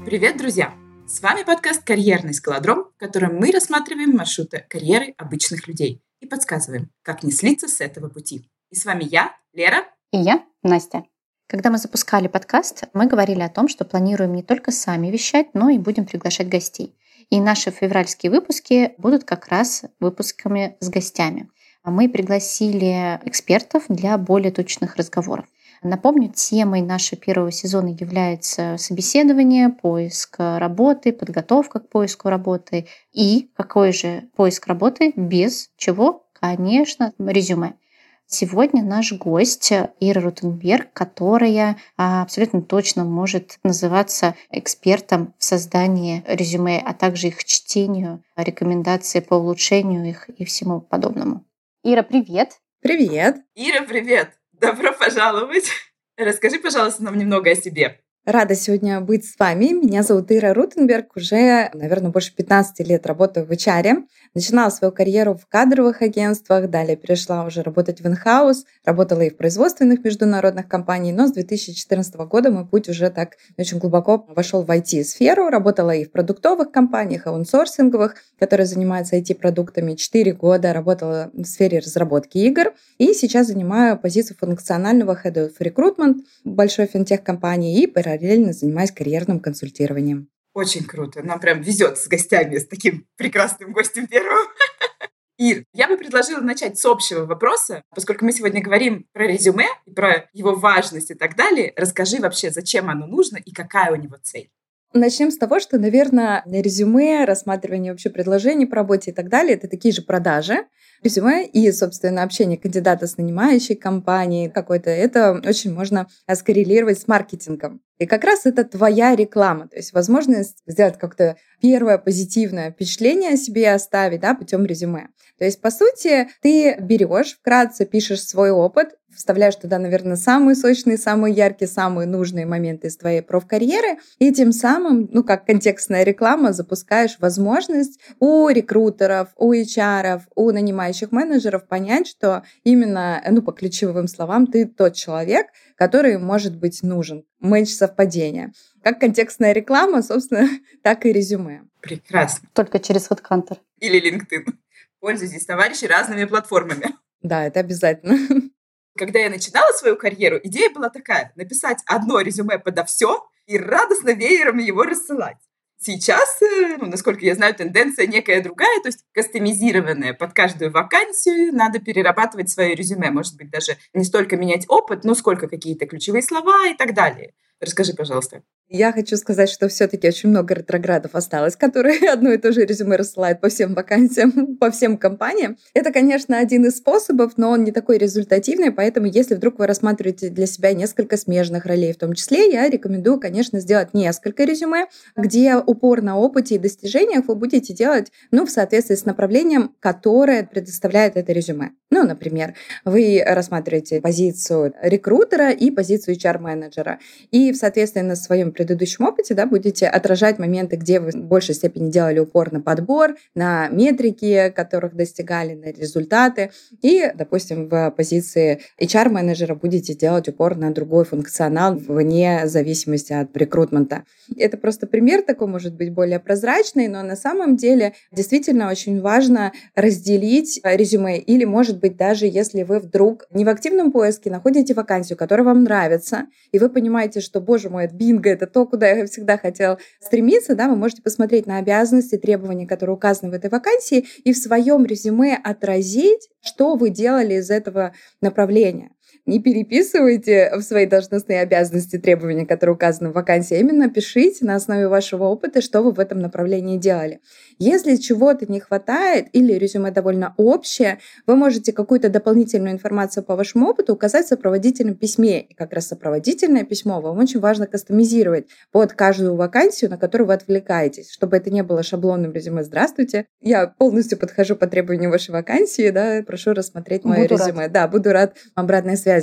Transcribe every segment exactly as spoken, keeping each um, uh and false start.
Привет, друзья! С вами подкаст «Карьерный скалодром», в котором мы рассматриваем маршруты карьеры обычных людей и подсказываем, как не слиться с этого пути. И с вами я, Лера. И я, Настя. Когда мы запускали подкаст, мы говорили о том, что планируем не только сами вещать, но и будем приглашать гостей. И наши февральские выпуски будут как раз выпусками с гостями. Мы пригласили экспертов для более точных разговоров. Напомню, темой нашего первого сезона является собеседование, поиск работы, подготовка к поиску работы. И какой же поиск работы без чего? Конечно, резюме. Сегодня наш гость Ира Рутенберг, которая абсолютно точно может называться экспертом в создании резюме, а также их чтению, рекомендации по улучшению их и всему подобному. Ира, привет! Привет! Ира, привет! Добро пожаловать! Расскажи, пожалуйста, нам немного о себе. Рада сегодня быть с вами. Меня зовут Ира Рутенберг. Уже, наверное, больше пятнадцать лет работаю в эйч ар. Начинала свою карьеру в кадровых агентствах, далее перешла уже работать в in-house, работала и в производственных международных компаниях, но с две тысячи четырнадцатого года мой путь уже так очень глубоко вошел в ай ти-сферу. Работала и в продуктовых компаниях, и аутсорсинговых, которые занимаются ай ти-продуктами. Четыре года работала в сфере разработки игр. И сейчас занимаю позицию функционального Head of Recruitment большой финтех-компании и параллельно занимаюсь карьерным консультированием. Очень круто. Нам прям везет с гостями, с таким прекрасным гостем первым. Ир, я бы предложила начать с общего вопроса, поскольку мы сегодня говорим про резюме, про его важность и так далее. Расскажи вообще, зачем оно нужно и какая у него цель. Начнем с того, что, наверное, резюме, рассматривание вообще предложений по работе и так далее — это такие же продажи. Резюме и, собственно, общение кандидата с нанимающей компанией какой-то, это очень можно скоррелировать с маркетингом. И как раз это твоя реклама, то есть возможность сделать как-то первое позитивное впечатление о себе оставить, да, путем резюме. То есть, по сути, ты берешь, вкратце пишешь свой опыт, вставляешь туда, наверное, самые сочные, самые яркие, самые нужные моменты из твоей профкарьеры, и тем самым, ну, как контекстная реклама, запускаешь возможность у рекрутеров, у эйч ар, у нанимающих менеджеров понять, что именно, ну, по ключевым словам, ты тот человек, который может быть нужен. Матч совпадения. Как контекстная реклама, собственно, так и резюме. Прекрасно. Только через HeadHunter. Или LinkedIn. Пользуйтесь, товарищи, разными платформами. Да, это обязательно. Когда я начинала свою карьеру, идея была такая: написать одно резюме подо все и радостно веером его рассылать. Сейчас, ну, насколько я знаю, тенденция некая другая, то есть кастомизированная под каждую вакансию, надо перерабатывать свое резюме, может быть, даже не столько менять опыт, но сколько какие-то ключевые слова и так далее. Расскажи, пожалуйста. Я хочу сказать, что все-таки очень много ретроградов осталось, которые одно и то же резюме рассылают по всем вакансиям, по всем компаниям. Это, конечно, один из способов, но он не такой результативный, поэтому если вдруг вы рассматриваете для себя несколько смежных ролей, в том числе, я рекомендую, конечно, сделать несколько резюме, где упор на опыте и достижениях вы будете делать, ну, в соответствии с направлением, которое предоставляет это резюме. Ну, например, вы рассматриваете позицию рекрутера и позицию эйч ар-менеджера, и в соответствии на своем предыдущем опыте, да, будете отражать моменты, где вы в большей степени делали упор на подбор, на метрики, которых достигали, на результаты. И, допустим, в позиции эйч ар-менеджера будете делать упор на другой функционал вне зависимости от рекрутмента. Это просто пример такой, может быть, более прозрачный, но на самом деле действительно очень важно разделить резюме. Или, может быть, даже если вы вдруг не в активном поиске находите вакансию, которая вам нравится, и вы понимаете, что, боже мой, бинго, это то, куда я всегда хотел стремиться, да, вы можете посмотреть на обязанности, требования, которые указаны в этой вакансии, и в своем резюме отразить, что вы делали из этого направления. Не переписывайте в свои должностные обязанности требования, которые указаны в вакансии, а именно пишите на основе вашего опыта, что вы в этом направлении делали. Если чего-то не хватает или резюме довольно общее, вы можете какую-то дополнительную информацию по вашему опыту указать в сопроводительном письме. И как раз сопроводительное письмо вам очень важно кастомизировать под каждую вакансию, на которую вы отвлекаетесь, чтобы это не было шаблонным резюме «Здравствуйте, я полностью подхожу по требованию вашей вакансии, да, прошу рассмотреть мое буду резюме». рад. Да, буду рад обратной связи.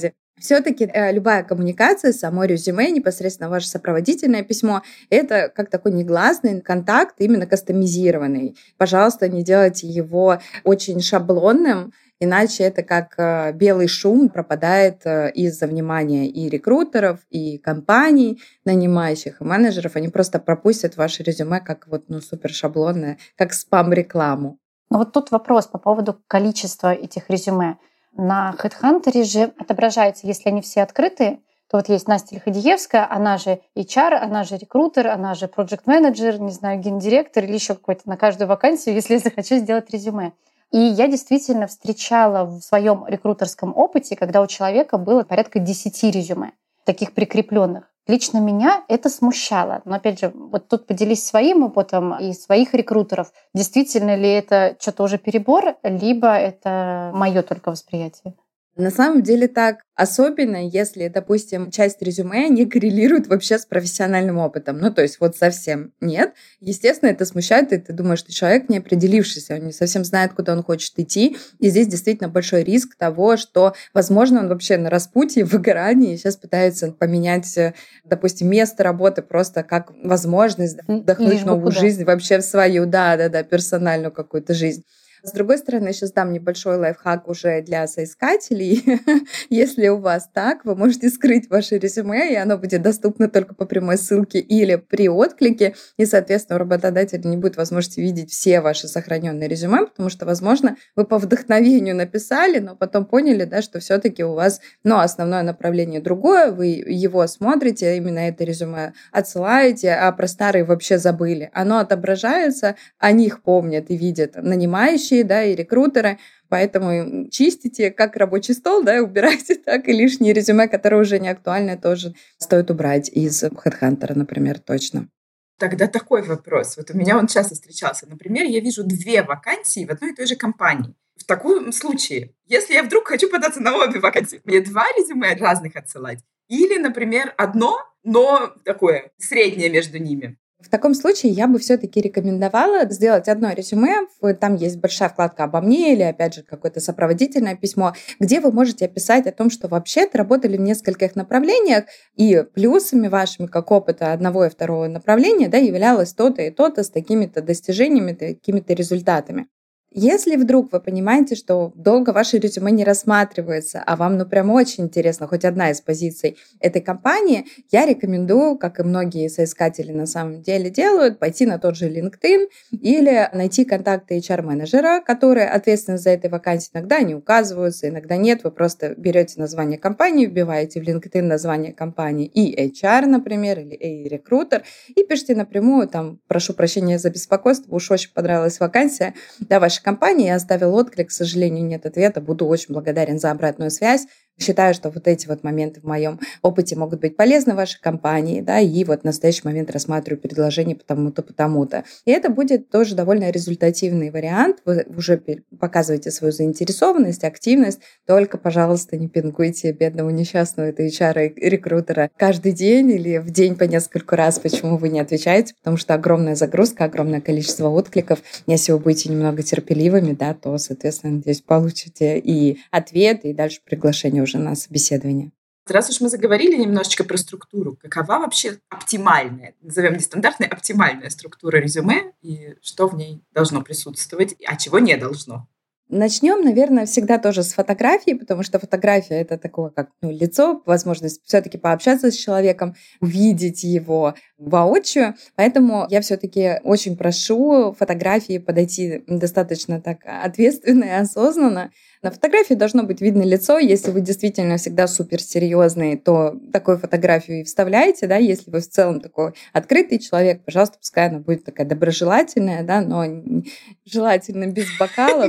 Все-таки э, любая коммуникация, само резюме, непосредственно ваше сопроводительное письмо, это как такой негласный контакт, именно кастомизированный. Пожалуйста, не делайте его очень шаблонным, иначе это как э, белый шум пропадает э, из-за внимания и рекрутеров, и компаний, нанимающих, и менеджеров. Они просто пропустят ваше резюме как вот, ну, супер шаблонное, как спам-рекламу. Но вот тут вопрос по поводу количества этих резюме. На HeadHunter же отображается, если они все открытые, то вот есть Настя Лиходиевская, она же эйч ар, она же рекрутер, она же проект-менеджер, не знаю, гендиректор или еще какой-то на каждую вакансию, если я захочу сделать резюме. И я действительно встречала в своем рекрутерском опыте, когда у человека было порядка десяти резюме, таких прикрепленных. Лично меня это смущало. Но опять же, вот тут поделись своим опытом и своих рекрутеров. Действительно ли это что-то уже перебор, либо это мое только восприятие? На самом деле так, особенно если, допустим, часть резюме не коррелирует вообще с профессиональным опытом. Ну, то есть вот совсем нет. Естественно, это смущает, и ты думаешь, что человек не определившийся, он не совсем знает, куда он хочет идти. И здесь действительно большой риск того, что, возможно, он вообще на распутье, в выгорании, и сейчас пытается поменять, допустим, место работы просто как возможность вдохнуть Лишь бы новую куда. жизнь вообще в свою, да-да-да, персональную какую-то жизнь. С другой стороны, я сейчас дам небольшой лайфхак уже для соискателей. Если у вас так, вы можете скрыть ваше резюме, и оно будет доступно только по прямой ссылке или при отклике, и, соответственно, у работодателя не будет возможности видеть все ваши сохраненные резюме, потому что, возможно, вы по вдохновению написали, но потом поняли, да, что все-таки у вас, ну, основное направление другое, вы его смотрите, именно это резюме отсылаете, а про старые вообще забыли. Оно отображается, о них помнят и видят нанимающие, да, и рекрутеры, поэтому чистите как рабочий стол, да, и убирайте так, и лишние резюме, которые уже не актуальны, тоже стоит убрать из HeadHunter, например, точно. Тогда такой вопрос. Вот у меня он часто встречался. Например, я вижу две вакансии в одной и той же компании. В таком случае, если я вдруг хочу податься на обе вакансии, мне два резюме разных отсылать? Или, например, одно, но такое среднее между ними? В таком случае я бы все-таки рекомендовала сделать одно резюме. Там есть большая вкладка «Обо мне» или, опять же, какое-то сопроводительное письмо, где вы можете описать о том, что вообще-то работали в нескольких направлениях, и плюсами вашими, как опыта одного и второго направления, да, являлось то-то и то-то с такими-то достижениями, такими-то результатами. Если вдруг вы понимаете, что долго ваше резюме не рассматривается, а вам, ну, прям очень интересно хоть одна из позиций этой компании, я рекомендую, как и многие соискатели на самом деле делают, пойти на тот же LinkedIn или найти контакты эйч ар-менеджера, которые ответственны за этой вакансией. Иногда они указываются, иногда нет. Вы просто берете название компании, вбиваете в LinkedIn название компании и эйч ар, например, или и рекрутер, и пишите напрямую, там, прошу прощения за беспокойство, уж очень понравилась вакансия, да, ваша компании, я оставил отклик, к сожалению, нет ответа, буду очень благодарен за обратную связь. Считаю, что вот эти вот моменты в моем опыте могут быть полезны вашей компании, да, и вот в настоящий момент рассматриваю предложение потому-то, потому-то. И это будет тоже довольно результативный вариант. Вы уже показываете свою заинтересованность, активность, только, пожалуйста, не пингуйте бедного несчастного этого эйч ар и рекрутера каждый день или в день по несколько раз, почему вы не отвечаете, потому что огромная загрузка, огромное количество откликов. Если вы будете немного терпеливыми, да, то, соответственно, надеюсь, получите и ответ, и дальше приглашение уже на собеседование. Раз уж мы заговорили немножечко про структуру, какова вообще оптимальная, назовем нестандартная, оптимальная структура резюме и что в ней должно присутствовать, а чего не должно? Начнем, наверное, всегда тоже с фотографии, потому что фотография — это такое, как, ну, лицо, возможность все-таки пообщаться с человеком, увидеть его воочию. Поэтому я все-таки очень прошу фотографии подойти достаточно так ответственно и осознанно. На фотографии должно быть видно лицо. Если вы действительно всегда суперсерьезный, то такую фотографию и вставляйте, да. Если вы в целом такой открытый человек, пожалуйста, пускай она будет такая доброжелательная, да, но желательно без бокалов,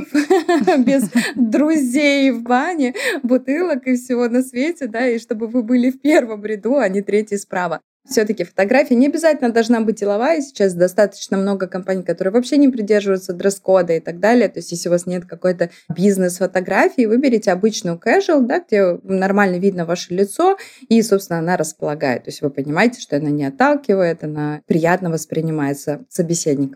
без друзей в бане, бутылок и всего на свете, да, и чтобы вы были в первом ряду, а не третий справа. Все-таки фотография не обязательно должна быть деловая. Сейчас достаточно много компаний, которые вообще не придерживаются дресс-кода и так далее. То есть если у вас нет какой-то бизнес-фотографии, выберите обычную casual, да, где нормально видно ваше лицо, и, собственно, она располагает. То есть вы понимаете, что она не отталкивает, она приятно воспринимается собеседником.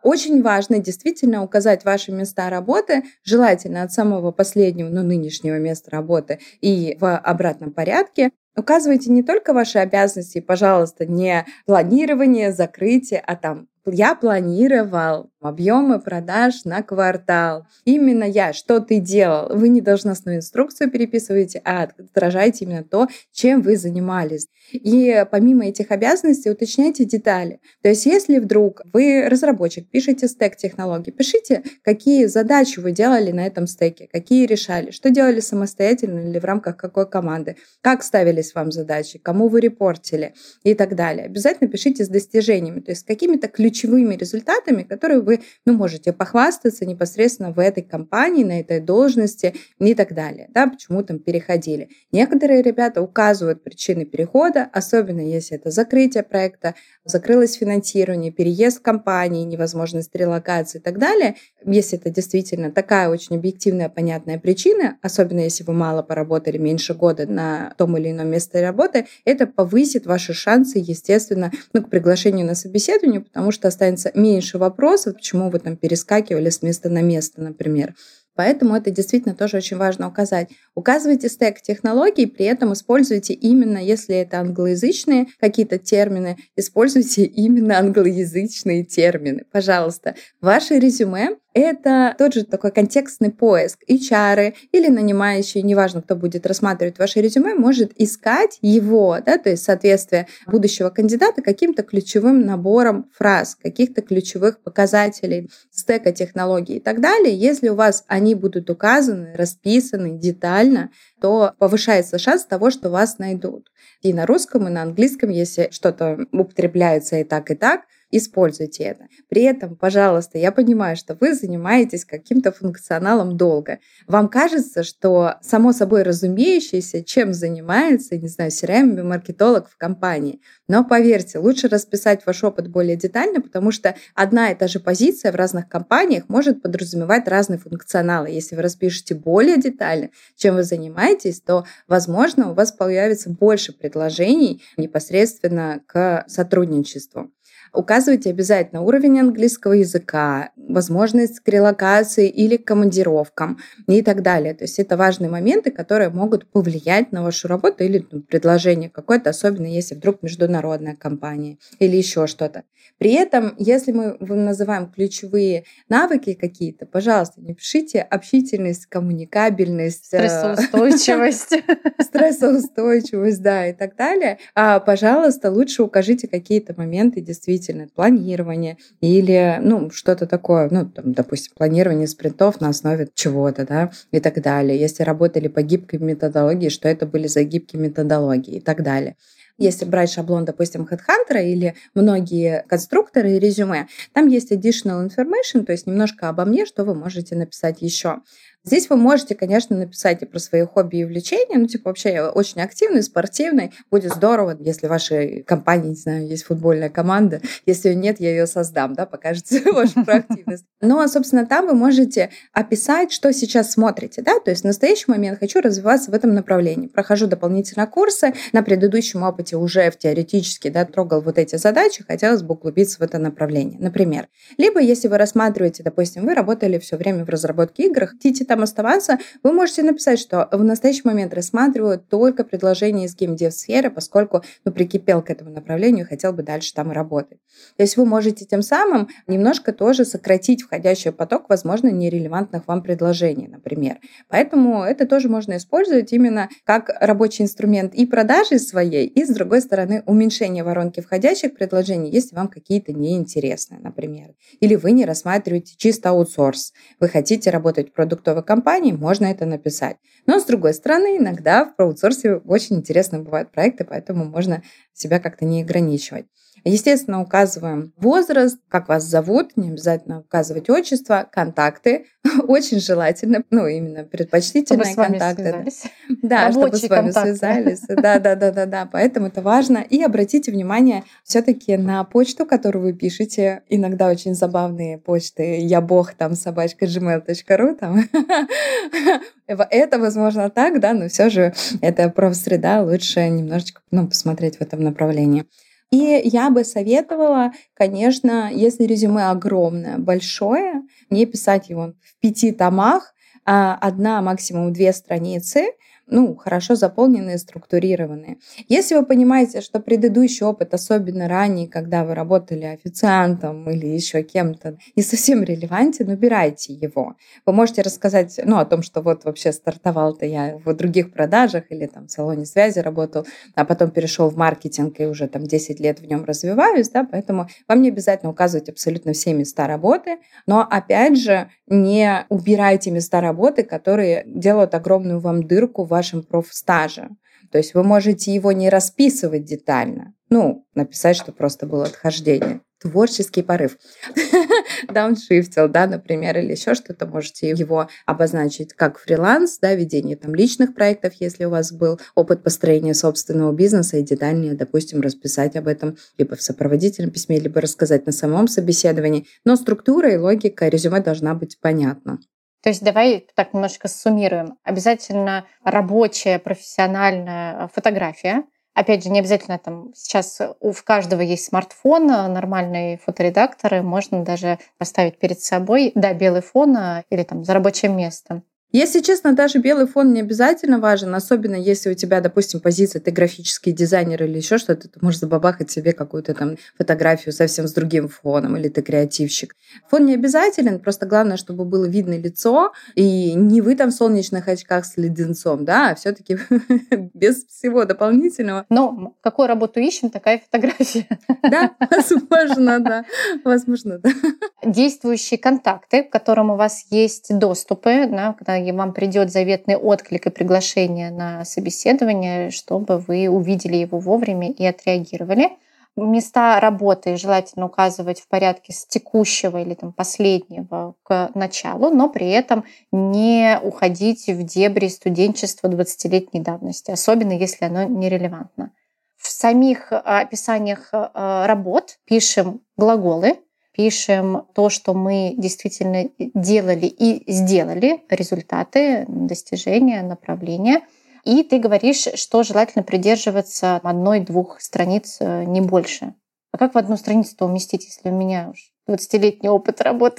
Очень важно действительно указать ваши места работы, желательно от самого последнего, ну, нынешнего места работы и в обратном порядке. Указывайте не только ваши обязанности, пожалуйста, не планирование, закрытие, а там я планировал объемы продаж на квартал. Именно я, что ты делал. Вы не должностную инструкцию переписываете, а отражаете именно то, чем вы занимались. И помимо этих обязанностей уточняйте детали. То есть если вдруг вы разработчик, пишете стек технологий, пишите, какие задачи вы делали на этом стеке, какие решали, что делали самостоятельно или в рамках какой команды, как ставились вам задачи, кому вы репортили и так далее. Обязательно пишите с достижениями, то есть с какими-то ключевыми результатами, которые вы ну, можете похвастаться непосредственно в этой компании, на этой должности и так далее. Да, почему там переходили. Некоторые ребята указывают причины перехода, особенно если это закрытие проекта, закрылось финансирование, переезд компании, невозможность релокации и так далее. Если это действительно такая очень объективная, понятная причина, особенно если вы мало поработали, меньше года на том или ином месте работы, это повысит ваши шансы, естественно, ну, к приглашению на собеседование, потому что останется меньше вопросов, почему вы там перескакивали с места на место, например. Поэтому это действительно тоже очень важно указать. Указывайте стек технологий, при этом используйте именно, если это англоязычные какие-то термины, используйте именно англоязычные термины. Пожалуйста, ваше резюме — это тот же такой контекстный поиск. эйч ар или нанимающий, неважно, кто будет рассматривать ваше резюме, может искать его, да, то есть соответствие будущего кандидата каким-то ключевым набором фраз, каких-то ключевых показателей, стека технологий и так далее. Если у вас они будут указаны, расписаны детально, то повышается шанс того, что вас найдут. И на русском, и на английском, если что-то употребляется и так, и так, используйте это. При этом, пожалуйста, я понимаю, что вы занимаетесь каким-то функционалом долго. Вам кажется, что само собой разумеющееся, чем занимается, не знаю, си ар эм-маркетолог в компании. Но поверьте, лучше расписать ваш опыт более детально, потому что одна и та же позиция в разных компаниях может подразумевать разные функционалы. Если вы распишете более детально, чем вы занимаетесь, то, возможно, у вас появится больше предложений непосредственно к сотрудничеству. Указывайте обязательно уровень английского языка, возможность к релокации или к командировкам и так далее. То есть это важные моменты, которые могут повлиять на вашу работу или ну, предложение какое-то, особенно если вдруг международная компания или еще что-то. При этом, если мы называем ключевые навыки какие-то, пожалуйста, не пишите общительность, коммуникабельность, стрессоустойчивость, стрессоустойчивость, да, и так далее. А, пожалуйста, лучше укажите какие-то моменты действительно планирования или, ну, что-то такое, ну, там, допустим, планирование спринтов на основе чего-то, да, и так далее. Если работали по гибкой методологии, что это были за гибкие методологии и так далее. Если брать шаблон, допустим, HeadHunter или многие конструкторы резюме, там есть additional information, то есть немножко обо мне, что вы можете написать еще. Здесь вы можете, конечно, написать и про свои хобби и увлечения, ну, типа, вообще я очень активный, спортивный. Будет здорово, если в вашей компании, не знаю, есть футбольная команда. Если ее нет, я ее создам, да, покажете вашу проактивность. Но, собственно, там вы можете описать, что сейчас смотрите, да, то есть в настоящий момент хочу развиваться в этом направлении. Прохожу дополнительно курсы, на предыдущем опыте уже в теоретически, да, трогал вот эти задачи, хотелось бы углубиться в это направление, например. Либо, если вы рассматриваете, допустим, вы работали все время в разработке игр, хотите там оставаться, вы можете написать, что в настоящий момент рассматривают только предложения из геймдев-сферы, поскольку ну, прикипел к этому направлению и хотел бы дальше там работать. То есть вы можете тем самым немножко тоже сократить входящий поток, возможно, нерелевантных вам предложений, например. Поэтому это тоже можно использовать именно как рабочий инструмент и продажи своей, и, с другой стороны, уменьшение воронки входящих предложений, если вам какие-то неинтересные, например. Или вы не рассматриваете чисто аутсорс. Вы хотите работать в продуктовой компании, можно это написать. Но, с другой стороны, иногда в аутсорсе очень интересные бывают проекты, поэтому можно себя как-то не ограничивать. Естественно, указываем возраст, как вас зовут, не обязательно указывать отчество, контакты. Очень желательно, ну, именно предпочтительные чтобы контакты. Связались. Да, Рабочие чтобы с вами контакты. связались. Да, да, да, да, да. Поэтому это важно. И обратите внимание все-таки на почту, которую вы пишете. Иногда очень забавные почты. Я бог там собачка джимейл точка ру там. Это, возможно, так, да, но все же это профсреда, лучше немножечко ну, посмотреть в этом направлении. И я бы советовала, конечно, если резюме огромное, большое, не писать его в пяти томах, а одна, максимум две страницы, ну, хорошо заполненные, структурированные. Если вы понимаете, что предыдущий опыт, особенно ранний, когда вы работали официантом или еще кем-то, не совсем релевантен, убирайте его. Вы можете рассказать, ну, о том, что вот вообще стартовал-то я в других продажах или там в салоне связи работал, а потом перешел в маркетинг и уже там десять лет в нем развиваюсь, да, поэтому вам не обязательно указывать абсолютно все места работы, но, опять же, не убирайте места работы, которые делают огромную вам дырку в вашем профстаже. То есть вы можете его не расписывать детально, ну, написать, что просто было отхождение. Творческий порыв. Дауншифтил, да, например, или еще что-то. Можете его обозначить как фриланс, да, ведение там личных проектов, если у вас был опыт построения собственного бизнеса, и детальнее, допустим, расписать об этом либо в сопроводительном письме, либо рассказать на самом собеседовании. Но структура и логика резюме должна быть понятна. То есть давай так немножко суммируем. Обязательно рабочая, профессиональная фотография. Опять же, не обязательно там сейчас у каждого есть смартфон, нормальные фоторедакторы, можно даже поставить перед собой, да, белый фон или там за рабочим местом. Если честно, даже белый фон не обязательно важен, особенно если у тебя, допустим, позиция, ты графический дизайнер или еще что-то, ты можешь забабахать себе какую-то там фотографию совсем с другим фоном, или ты креативщик. Фон не обязателен, просто главное, чтобы было видно лицо, и не вы там в солнечных очках с леденцом, да, а все-таки без всего дополнительного. Но какую работу ищем, такая фотография. Да, возможно, да. Возможно, да. Действующие контакты, к которым у вас есть доступы, да, когда вам придет заветный отклик и приглашение на собеседование, чтобы вы увидели его вовремя и отреагировали. Места работы желательно указывать в порядке с текущего или там последнего к началу, но при этом не уходить в дебри студенчества двадцатилетней давности, особенно если оно нерелевантно. В самих описаниях работ пишем глаголы, пишем то, что мы действительно делали и сделали, результаты, достижения, направления. И ты говоришь, что желательно придерживаться одной-двух страниц, не больше. А как в одну страницу-то уместить, если у меня уж двадцатилетний опыт работы?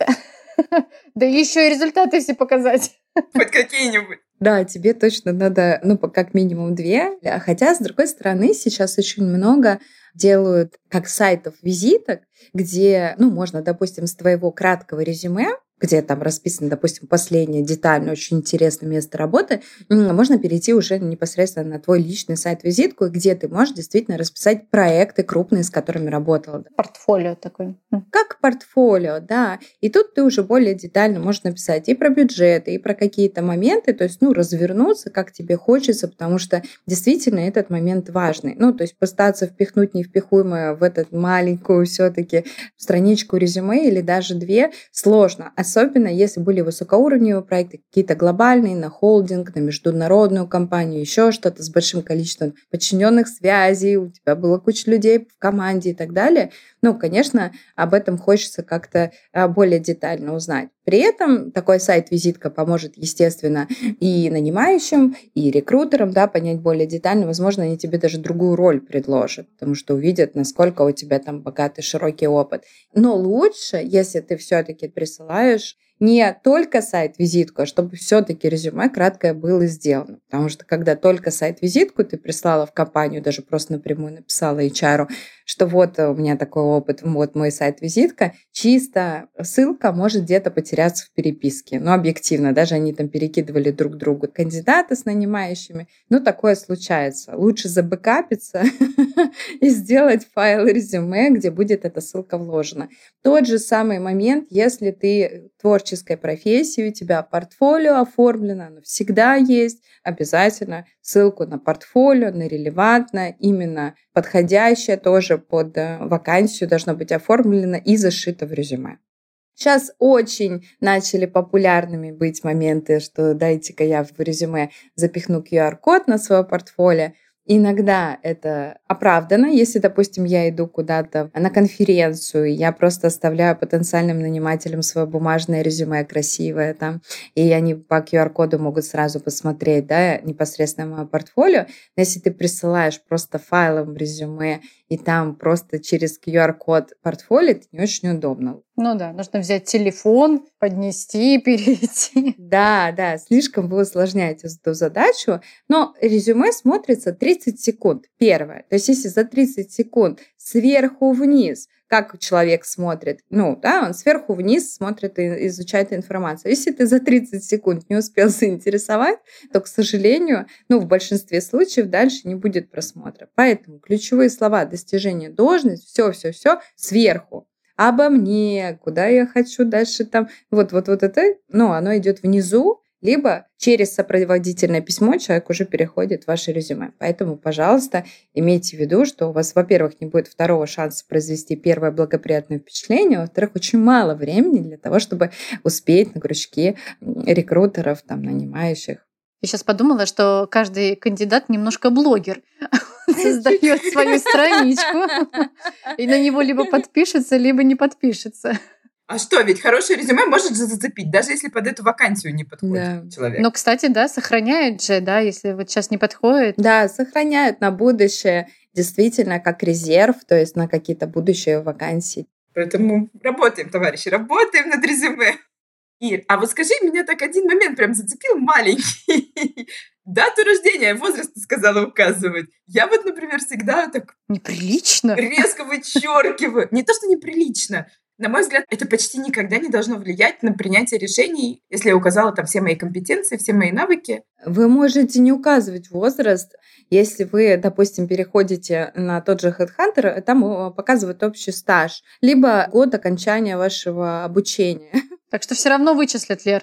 Да еще и результаты все показать. Хоть какие-нибудь. Да, тебе точно надо, ну, как минимум две. Хотя, с другой стороны, сейчас очень много делают как сайтов визиток, где, ну, можно, допустим, с твоего краткого резюме, где там расписано, допустим, последнее детально, очень интересное место работы, можно перейти уже непосредственно на твой личный сайт-визитку, где ты можешь действительно расписать проекты крупные, с которыми работала. Портфолио такое. Как портфолио, да. И тут ты уже более детально можешь написать и про бюджеты, и про какие-то моменты, то есть, ну, развернуться, как тебе хочется, потому что действительно этот момент важный. Ну, то есть постараться впихнуть невпихуемое в эту маленькую все-таки страничку резюме или даже две сложно. Особенно если были высокоуровневые проекты, какие-то глобальные, на холдинг, на международную компанию, еще что-то с большим количеством подчиненных связей, у тебя была куча людей в команде и так далее. Ну, конечно, об этом хочется как-то более детально узнать. При этом такой сайт-визитка поможет, естественно, и нанимающим, и рекрутерам, да, понять более детально. Возможно, они тебе даже другую роль предложат, потому что увидят, насколько у тебя там богатый, широкий опыт. Но лучше, если ты все-таки присылаешь не только сайт-визитку, а чтобы все-таки резюме краткое было сделано. Потому что когда только сайт-визитку ты прислала в компанию, даже просто напрямую написала эйч ар, что вот у меня такой опыт, вот мой сайт-визитка, чисто ссылка может где-то потеряться в переписке. Ну, объективно, даже они там перекидывали друг другу кандидаты с нанимающими. Ну, такое случается. Лучше забэкапиться и сделать файл резюме, где будет эта ссылка вложена. Тот же самый момент, если ты творческой профессии, у тебя портфолио оформлено, оно всегда есть, обязательно ссылку на портфолио, на релевантное, именно подходящее тоже под вакансию должно быть оформлено и зашито в резюме. Сейчас очень начали популярными быть моменты, что дайте-ка я в резюме запихну ку ар код на свое портфолио. Иногда это оправдано, если, допустим, я иду куда-то на конференцию, я просто оставляю потенциальным нанимателям свое бумажное резюме красивое там, и они по ку ар-коду могут сразу посмотреть, да, непосредственно мое портфолио. Но если ты присылаешь просто файловым резюме, и там просто через ку ар-код портфолио, это не очень удобно. Ну да, нужно взять телефон, поднести, перейти. Да, да, слишком вы усложняете эту задачу, но резюме смотрится тридцать секунд, первое. То есть если за тридцать секунд сверху вниз, как человек смотрит, ну, да, он сверху вниз смотрит и изучает информацию. Если ты за тридцать секунд не успел заинтересовать, то, к сожалению, ну, в большинстве случаев дальше не будет просмотра. Поэтому ключевые слова: достижение, должность, все-все-все сверху. Обо мне, куда я хочу дальше там, вот-вот-вот это, ну, оно идет внизу, либо через сопроводительное письмо человек уже переходит в ваше резюме. Поэтому, пожалуйста, имейте в виду, что у вас, во-первых, не будет второго шанса произвести первое благоприятное впечатление, во-вторых, очень мало времени для того, чтобы успеть на крючки рекрутеров, там, нанимающих. Я сейчас подумала, что каждый кандидат немножко блогер. Создает свою страничку, и на него либо подпишется, либо не подпишется. А что, ведь хорошее резюме может же зацепить, даже если под эту вакансию не подходит Да. человек. Но, кстати, да, сохраняют же, да, если вот сейчас не подходит. Да, сохраняют на будущее, действительно, как резерв, то есть на какие-то будущие вакансии. Поэтому работаем, товарищи, работаем над резюме. Ир, а вот скажи, меня так один момент прям зацепил маленький. Дату рождения, возраст ты сказала указывать. Я вот, например, всегда так Неприлично. резко вычеркиваю. Не то, что неприлично. На мой взгляд, это почти никогда не должно влиять на принятие решений, если я указала там все мои компетенции, все мои навыки. Вы можете не указывать возраст, если вы, допустим, переходите на тот же HeadHunter, там показывают общий стаж, либо год окончания вашего обучения. Так что все равно вычислят, Лер.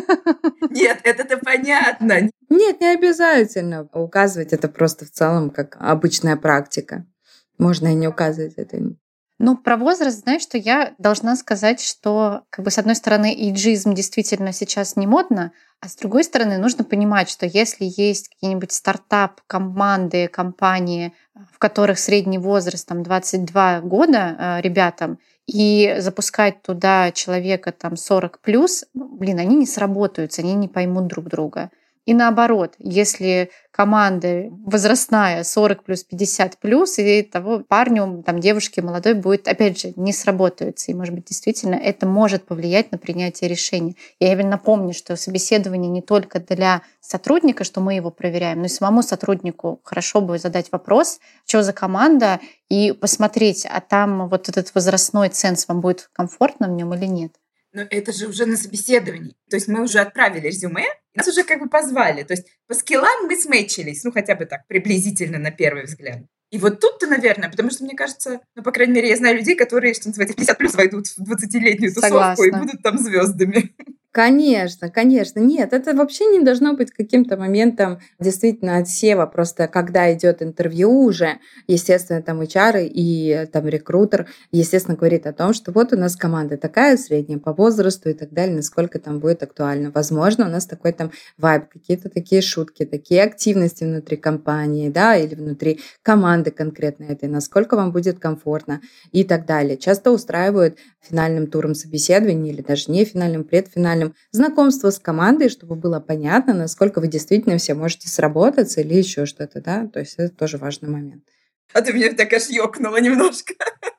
Нет, это-то понятно. Нет, не обязательно указывать, это просто в целом как обычная практика. Можно и не указывать это. Ну, про возраст, знаешь, что я должна сказать, что, как бы, с одной стороны, эйджизм действительно сейчас не модно, а с другой стороны, нужно понимать, что если есть какие-нибудь стартап-команды, компании, в которых средний возраст там двадцать два года э, ребятам, и запускать туда человека там сорок плюс, ну, блин, они не сработаются, они не поймут друг друга. И наоборот, если команда возрастная сорок плюс, пятьдесят плюс, и того парню, там, девушке молодой будет, опять же, не сработаются. И, может быть, действительно это может повлиять на принятие решения. Я именно напомню, что собеседование не только для сотрудника, что мы его проверяем, но и самому сотруднику хорошо бы задать вопрос, что за команда, и посмотреть, а там вот этот возрастной ценз вам будет комфортно в нем или нет. Но это же уже на собеседовании. То есть мы уже отправили резюме, нас уже как бы позвали. То есть по скиллам мы сметчились, ну хотя бы так, приблизительно на первый взгляд. И вот тут-то, наверное, потому что, мне кажется, ну, по крайней мере, я знаю людей, которые, что называется, пятьдесят плюс войдут в двадцатилетнюю тусовку. Согласна. И будут там звездами. Конечно, конечно. Нет, это вообще не должно быть каким-то моментом действительно отсева. Просто когда идет интервью уже, естественно, там эйч ар и там рекрутер, естественно, говорит о том, что вот у нас команда такая, средняя по возрасту и так далее, насколько там будет актуально. Возможно, у нас такой там вайб, какие-то такие шутки, такие активности внутри компании, да, или внутри команды конкретно этой, насколько вам будет комфортно и так далее. Часто устраивают финальным туром собеседования или даже не финальным, предфинальным, знакомство с командой, чтобы было понятно, насколько вы действительно все можете сработаться или еще что-то, да, то есть это тоже важный момент. А ты меня так аж ёкнула немножко.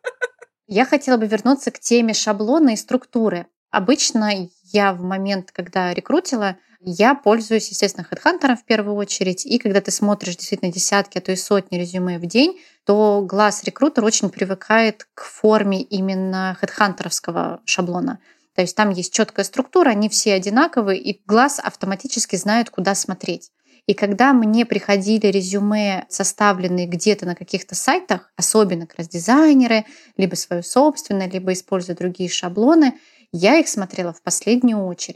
Я хотела бы вернуться к теме шаблона и структуры. Обычно я в момент, когда рекрутила, я пользуюсь, естественно, HeadHunter в первую очередь, и когда ты смотришь действительно десятки, а то и сотни резюме в день, то глаз рекрутера очень привыкает к форме именно HeadHunter'овского шаблона. То есть там есть четкая структура, они все одинаковые, и глаз автоматически знает, куда смотреть. И когда мне приходили резюме, составленные где-то на каких-то сайтах, особенно как раз дизайнеры, либо свое собственное, либо используя другие шаблоны, я их смотрела в последнюю очередь.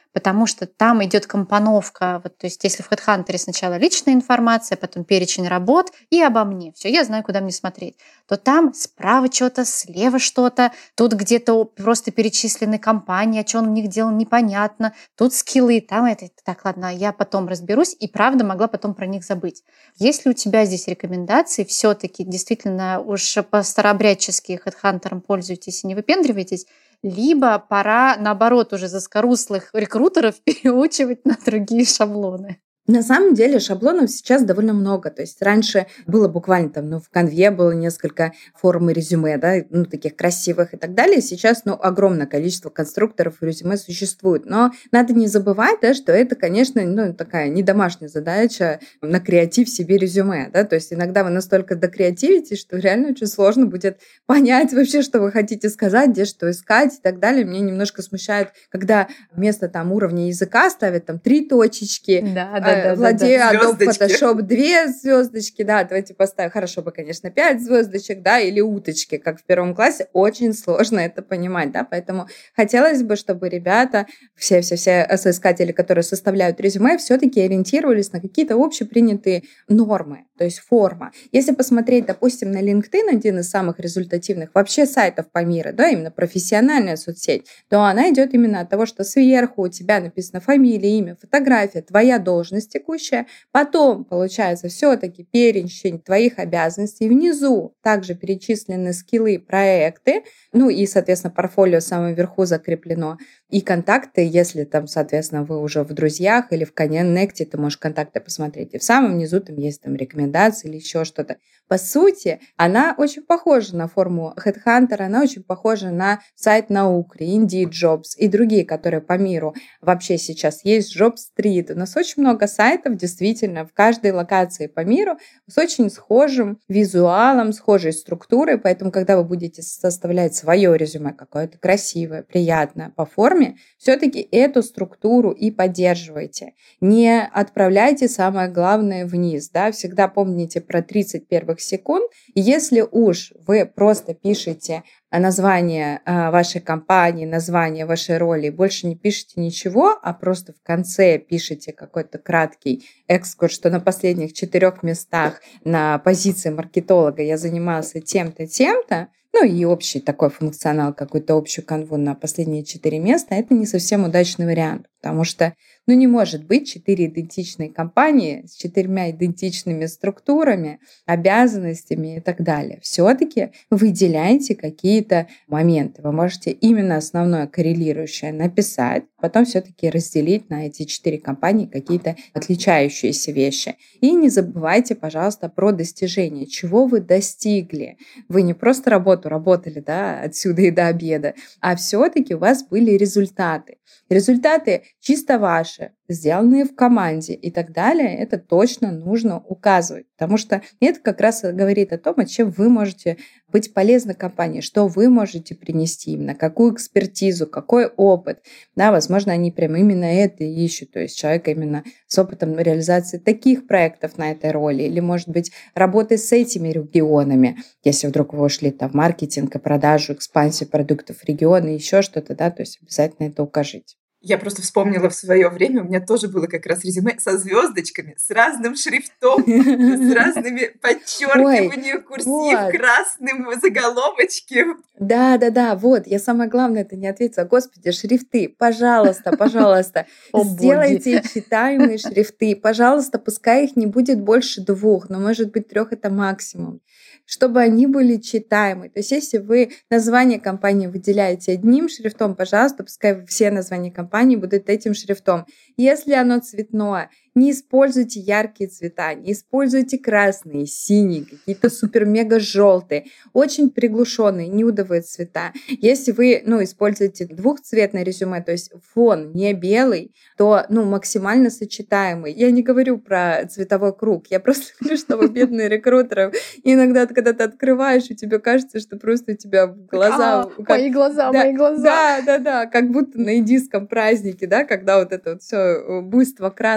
потому что там идет компоновка. Вот, то есть если в HeadHunter сначала личная информация, потом перечень работ и обо мне. Все, я знаю, куда мне смотреть. То там справа что-то, слева что-то, тут где-то просто перечислены компании, о чем он в них делал, непонятно. Тут скиллы, там это. Так, ладно, я потом разберусь и правда могла потом про них забыть. Если у тебя здесь рекомендации, все-таки действительно уж по-старообрядчески HeadHunter'ом пользуйтесь и не выпендривайтесь, либо пора, наоборот, уже заскорузлых рекрутеров переучивать на другие шаблоны. На самом деле шаблонов сейчас довольно много. То есть раньше было буквально там, ну, в Canva было несколько форм резюме, да, ну, таких красивых и так далее. Сейчас, ну, огромное количество конструкторов резюме существует. Но надо не забывать, да, что это, конечно, ну, такая не домашняя задача на креатив себе резюме, да. То есть иногда вы настолько докреативитесь, что реально очень сложно будет понять вообще, что вы хотите сказать, где что искать и так далее. Мне немножко смущает, когда вместо там уровня языка ставят там три точечки, да, да. Да, владею да, да, Adobe Photoshop две звездочки, да, давайте поставим, хорошо бы, конечно, пять звездочек, да, или уточки, как в первом классе, очень сложно это понимать, да, поэтому хотелось бы, чтобы ребята, все-все-все соискатели, которые составляют резюме, все-таки ориентировались на какие-то общепринятые нормы, то есть форма. Если посмотреть, допустим, на LinkedIn, один из самых результативных вообще сайтов по миру, да, именно профессиональная соцсеть, то она идет именно от того, что сверху у тебя написано фамилия, имя, фотография, твоя должность текущая, потом получается все-таки перечень твоих обязанностей, внизу также перечислены скиллы, проекты, ну и, соответственно, портфолио в самом верху закреплено, и контакты, если там, соответственно, вы уже в друзьях или в коннекте, ты можешь контакты посмотреть, и в самом низу там есть там рекомендации или еще что-то. По сути, она очень похожа на форму HeadHunter, она очень похожа на сайт Наукри, Indeed Jobs и другие, которые по миру вообще сейчас есть, JobStreet. У нас очень много сайтов, действительно, в каждой локации по миру с очень схожим визуалом, схожей структурой, поэтому, когда вы будете составлять свое резюме, какое-то красивое, приятное по форме, все-таки эту структуру и поддерживайте. Не отправляйте самое главное вниз, да, всегда помните про тридцать первых секунд. Если уж вы просто пишете название вашей компании, название вашей роли, больше не пишете ничего, а просто в конце пишете какой-то краткий экскурс, что на последних четырех местах на позиции маркетолога я занимался тем-то, тем-то, ну и общий такой функционал, какую-то общую канву на последние четыре места, это не совсем удачный вариант, потому что ну, не может быть четыре идентичные компании с четырьмя идентичными структурами, обязанностями и так далее. Все-таки выделяйте какие-то моменты. Вы можете именно основное коррелирующее написать, потом все-таки разделить на эти четыре компании какие-то отличающиеся вещи. И не забывайте, пожалуйста, про достижения, чего вы достигли. Вы не просто работу работали, да, отсюда и до обеда, а все-таки у вас были результаты. Результаты чисто ваши, сделанные в команде и так далее, это точно нужно указывать, потому что это как раз говорит о том, чем вы можете быть полезны компании, что вы можете принести именно, какую экспертизу, какой опыт. Да, возможно, они прям именно это ищут, то есть человек именно с опытом реализации таких проектов на этой роли, или, может быть, работы с этими регионами, если вдруг вы ушли там в маркетинг и продажу, экспансию продуктов региона, еще что-то, да, то есть обязательно это укажите. Я просто вспомнила в свое время, у меня тоже было как раз резюме со звездочками, с разным шрифтом, с разными подчеркиваниями, курсив, вот. Красным заголовочки. Да, да, да, вот, я самое главное это не ответила. Господи, шрифты, пожалуйста, пожалуйста, сделайте читаемые шрифты, пожалуйста, пускай их не будет больше двух, но может быть трех это максимум, чтобы они были читаемы. То есть если вы название компании выделяете одним шрифтом, пожалуйста, пускай все названия компании будут этим шрифтом. Если оно цветное, не используйте яркие цвета, не используйте красные, синие, какие-то супер-мега-желтые, очень приглушенные, нюдовые цвета. Если вы ну, используете двухцветное резюме, то есть фон не белый, то ну, максимально сочетаемый. Я не говорю про цветовой круг, я просто говорю, что вы бедные рекрутеры. Иногда, когда ты открываешь, и тебе кажется, что просто у тебя глаза... А, как... Мои глаза, да, мои глаза. Да, да, да, как будто на индийском празднике, да, когда вот это вот все буйство красок, Поле,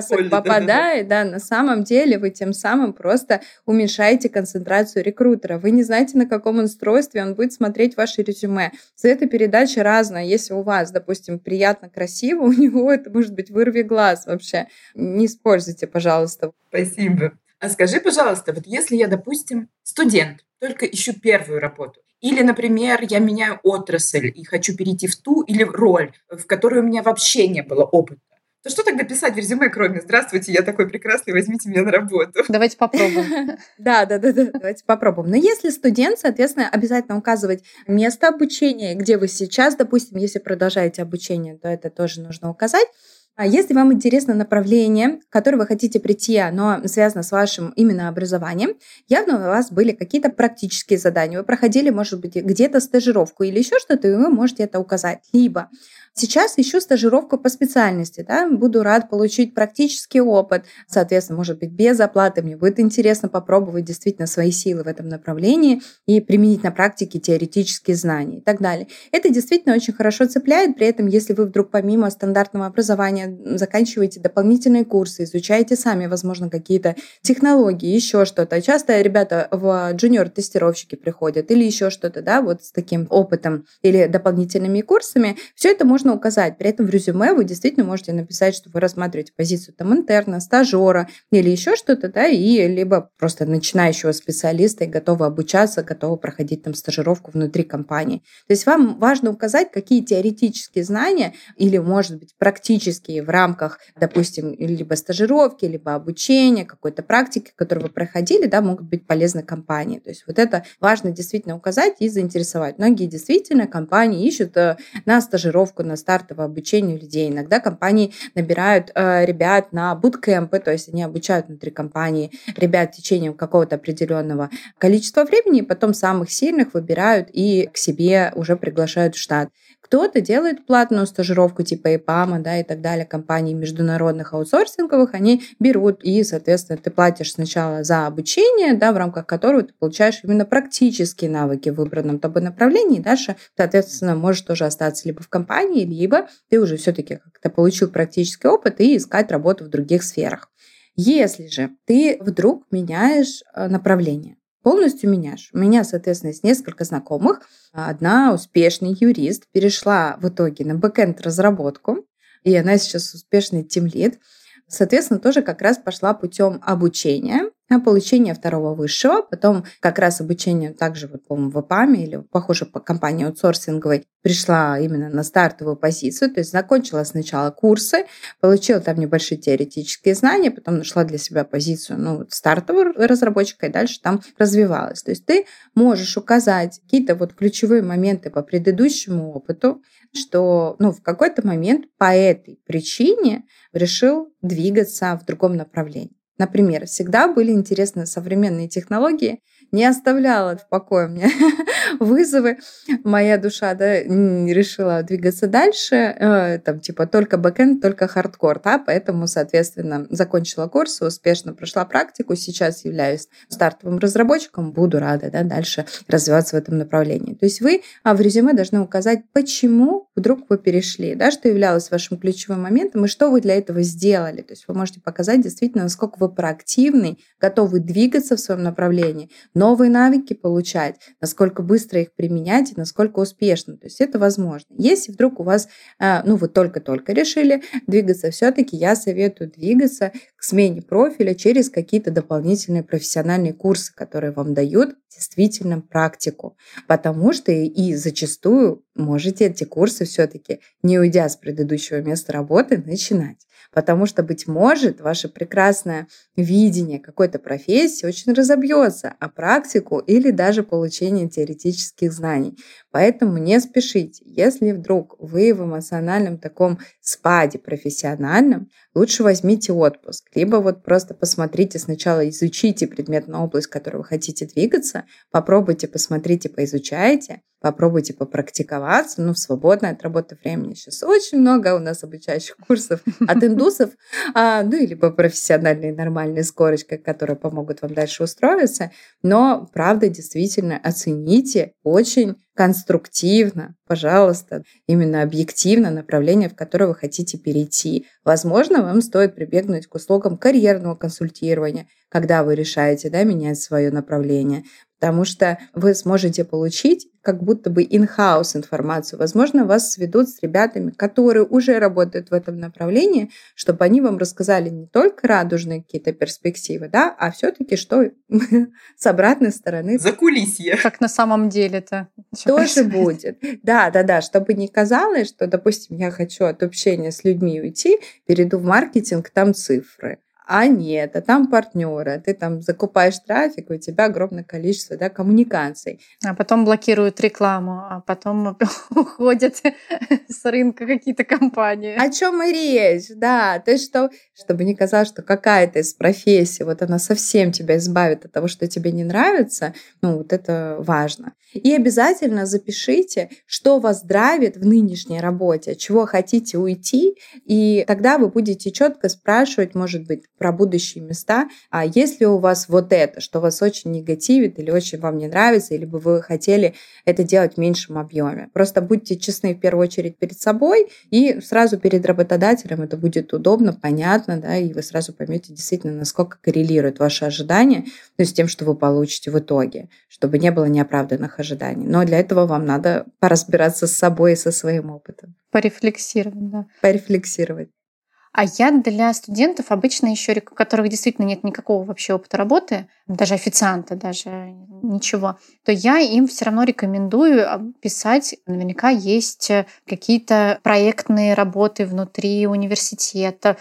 совпадает, да, на самом деле вы тем самым просто уменьшаете концентрацию рекрутера. Вы не знаете, на каком устройстве он будет смотреть ваше резюме. Цветопередача разная. Если у вас, допустим, приятно, красиво, у него это может быть вырви глаз вообще. Не используйте, пожалуйста. Спасибо. А скажи, пожалуйста, вот если я, допустим, студент, только ищу первую работу, или, например, я меняю отрасль и хочу перейти в ту или в роль, в которой у меня вообще не было опыта, то что тогда писать в резюме, кроме «Здравствуйте, я такой прекрасный, возьмите меня на работу»? Давайте попробуем. Да, да, да, да, давайте попробуем. Но если студент, соответственно, обязательно указывать место обучения, где вы сейчас, допустим, если продолжаете обучение, то это тоже нужно указать. А если вам интересно направление, в которое вы хотите прийти, оно связано с вашим именно образованием, явно у вас были какие-то практические задания, вы проходили, может быть, где-то стажировку или еще что-то, и вы можете это указать. Либо сейчас ищу стажировку по специальности, да, буду рад получить практический опыт, соответственно, может быть, без оплаты, мне будет интересно попробовать действительно свои силы в этом направлении и применить на практике теоретические знания и так далее. Это действительно очень хорошо цепляет, при этом, если вы вдруг помимо стандартного образования заканчиваете дополнительные курсы, изучаете сами, возможно, какие-то технологии, еще что-то. Часто ребята в джуниор-тестировщики приходят или еще что-то, да, вот с таким опытом или дополнительными курсами, все это можно указать. При этом в резюме вы действительно можете написать, что вы рассматриваете позицию там интерна, стажера или еще что-то, да, и либо просто начинающего специалиста и готовы обучаться, готовы проходить там стажировку внутри компании. То есть вам важно указать, какие теоретические знания или, может быть, практические в рамках, допустим, либо стажировки, либо обучения, какой-то практики, которую вы проходили, да, могут быть полезны компании. То есть вот это важно действительно указать и заинтересовать. Многие действительно компании ищут на стажировку, на стартовое обучение людей. Иногда компании набирают э, ребят на буткемпы, то есть они обучают внутри компании ребят в течение какого-то определенного количества времени, и потом самых сильных выбирают и к себе уже приглашают в штат. Кто-то делает платную стажировку типа ИПАМа, да, и так далее, компаний международных аутсорсинговых, они берут, и, соответственно, ты платишь сначала за обучение, да, в рамках которого ты получаешь именно практические навыки в выбранном тобой направлении, и дальше, соответственно, можешь тоже остаться либо в компании, либо ты уже все-таки как-то получил практический опыт и искать работу в других сферах. Если же ты вдруг меняешь направление, полностью меняешь. У меня, соответственно, есть несколько знакомых. Одна успешный юрист перешла в итоге на бэкэнд-разработку, и она сейчас успешный тимлид. Соответственно, тоже как раз пошла путем обучения, получения второго высшего, потом как раз обучение также, вот, по-моему, в ИПАМе или, похоже, по компании аутсорсинговой пришла именно на стартовую позицию, то есть закончила сначала курсы, получила там небольшие теоретические знания, потом нашла для себя позицию, ну, стартового разработчика и дальше там развивалась. То есть ты можешь указать какие-то вот ключевые моменты по предыдущему опыту, что, ну, в какой-то момент по этой причине решил двигаться в другом направлении. Например, всегда были интересны современные технологии, не оставляла в покое мне вызовы. Моя душа, да, решила двигаться дальше, э, там, типа, только бэкэнд, только хардкор, да, поэтому, соответственно, закончила курсы, успешно прошла практику, сейчас являюсь стартовым разработчиком, буду рада, да, дальше развиваться в этом направлении. То есть вы а, в резюме должны указать, почему вдруг вы перешли, да, что являлось вашим ключевым моментом и что вы для этого сделали. То есть вы можете показать действительно, насколько вы проактивный, готовы двигаться в своем направлении, новые навыки получать, насколько быстро их применять и насколько успешно. То есть это возможно. Если вдруг у вас, ну, вы только-только решили двигаться, все-таки я советую двигаться к смене профиля через какие-то дополнительные профессиональные курсы, которые вам дают действительно практику. Потому что и зачастую можете эти курсы все-таки, не уйдя с предыдущего места работы, начинать. Потому что, быть может, ваше прекрасное видение какой-то профессии очень разобьется о практику или даже получение теоретических знаний. Поэтому не спешите. Если вдруг вы в эмоциональном таком спаде профессиональном, лучше возьмите отпуск. Либо вот просто посмотрите сначала, изучите предметную область, в которую вы хотите двигаться, попробуйте, посмотрите, поизучайте, попробуйте попрактиковаться, ну, в свободное от работы времени. Сейчас очень много у нас обучающих курсов от индусов, а, ну, или по профессиональной нормальной с корочкой, которые помогут вам дальше устроиться. Но, правда, действительно, оцените очень конструктивно, пожалуйста, именно объективно направление, в которое вы хотите перейти. Возможно, вам стоит прибегнуть к услугам карьерного консультирования, когда вы решаете, да, менять свое направление, потому что вы сможете получить как будто бы in-house информацию. Возможно, вас сведут с ребятами, которые уже работают в этом направлении, чтобы они вам рассказали не только радужные какие-то перспективы, да, а все-таки что с обратной стороны. Закулисье. Как на самом деле-то. Тоже будет. Да, да, да, чтобы не казалось, что, допустим, я хочу от общения с людьми уйти, перейду в маркетинг, там цифры. А нет, а там партнеры, ты там закупаешь трафик, у тебя огромное количество, да, коммуникаций. А потом блокируют рекламу, а потом уходят с рынка какие-то компании. О чем и речь, да. То есть, что, чтобы не казалось, что какая-то из профессий, вот она совсем тебя избавит от того, что тебе не нравится, ну, вот это важно. И обязательно запишите, что вас драйвит в нынешней работе, от чего хотите уйти, и тогда вы будете четко спрашивать, может быть, про будущие места, а если у вас вот это, что вас очень негативит или очень вам не нравится, или бы вы хотели это делать в меньшем объеме. Просто будьте честны в первую очередь перед собой, и сразу перед работодателем это будет удобно, понятно, да, и вы сразу поймете действительно, насколько коррелирует ваши ожидания, то есть с тем, что вы получите в итоге, чтобы не было неоправданных ожиданий. Но для этого вам надо поразбираться с собой и со своим опытом. Порефлексировать, да. Порефлексировать. А я для студентов обычно еще, у которых действительно нет никакого вообще опыта работы, даже официанта, даже ничего, то я им все равно рекомендую писать. Наверняка есть какие-то проектные работы внутри университета,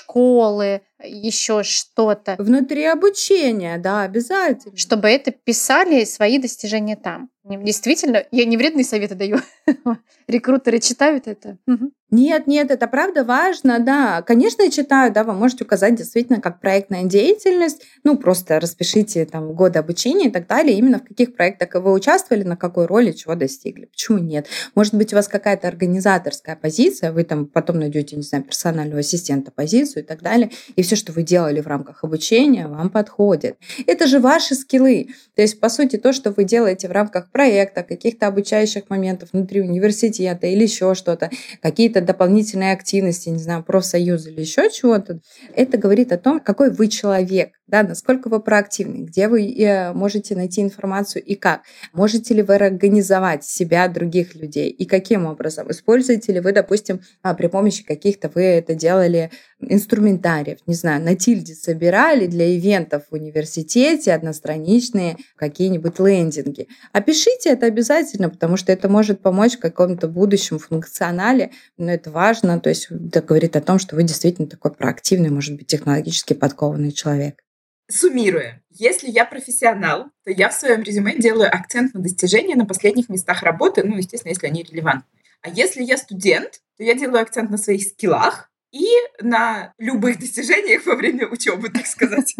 школы, еще что-то. Внутри обучения, да, обязательно. Чтобы это писали свои достижения там. Действительно, я не вредные советы даю. Рекрутеры читают это. Угу. Нет, нет, это правда важно, да. Конечно, читаю, да, вы можете указать действительно как проектная деятельность, ну, просто распишите там годы обучения и так далее, именно в каких проектах вы участвовали, на какой роли, чего достигли. Почему нет? Может быть, у вас какая-то организаторская позиция, вы там потом найдете, не знаю, персонального ассистента позицию и так далее, и все, что вы делали в рамках обучения, вам подходит. Это же ваши скиллы. То есть, по сути, то, что вы делаете в рамках проекта, каких-то обучающих моментов внутри университета или еще что-то, какие-то дополнительные активности, не знаю, профсоюз или еще чего-то, это говорит о том, какой вы человек, да, насколько вы проактивны, где вы можете найти информацию и как. Можете ли вы организовать себя, других людей и каким образом? Используете ли вы, допустим, при помощи каких-то вы это делали инструментариев, не знаю, на тильде собирали для ивентов в университете одностраничные какие-нибудь лендинги. Опишите это обязательно, потому что это может помочь в каком-то будущем функционале, но это важно, то есть это говорит о том, что вы действительно такой проактивный, может быть, технологически подкованный человек. Суммируя, если я профессионал, то я в своем резюме делаю акцент на достижения на последних местах работы, ну, естественно, если они релевантны. А если я студент, то я делаю акцент на своих скиллах и на любых достижениях во время учебы, так сказать.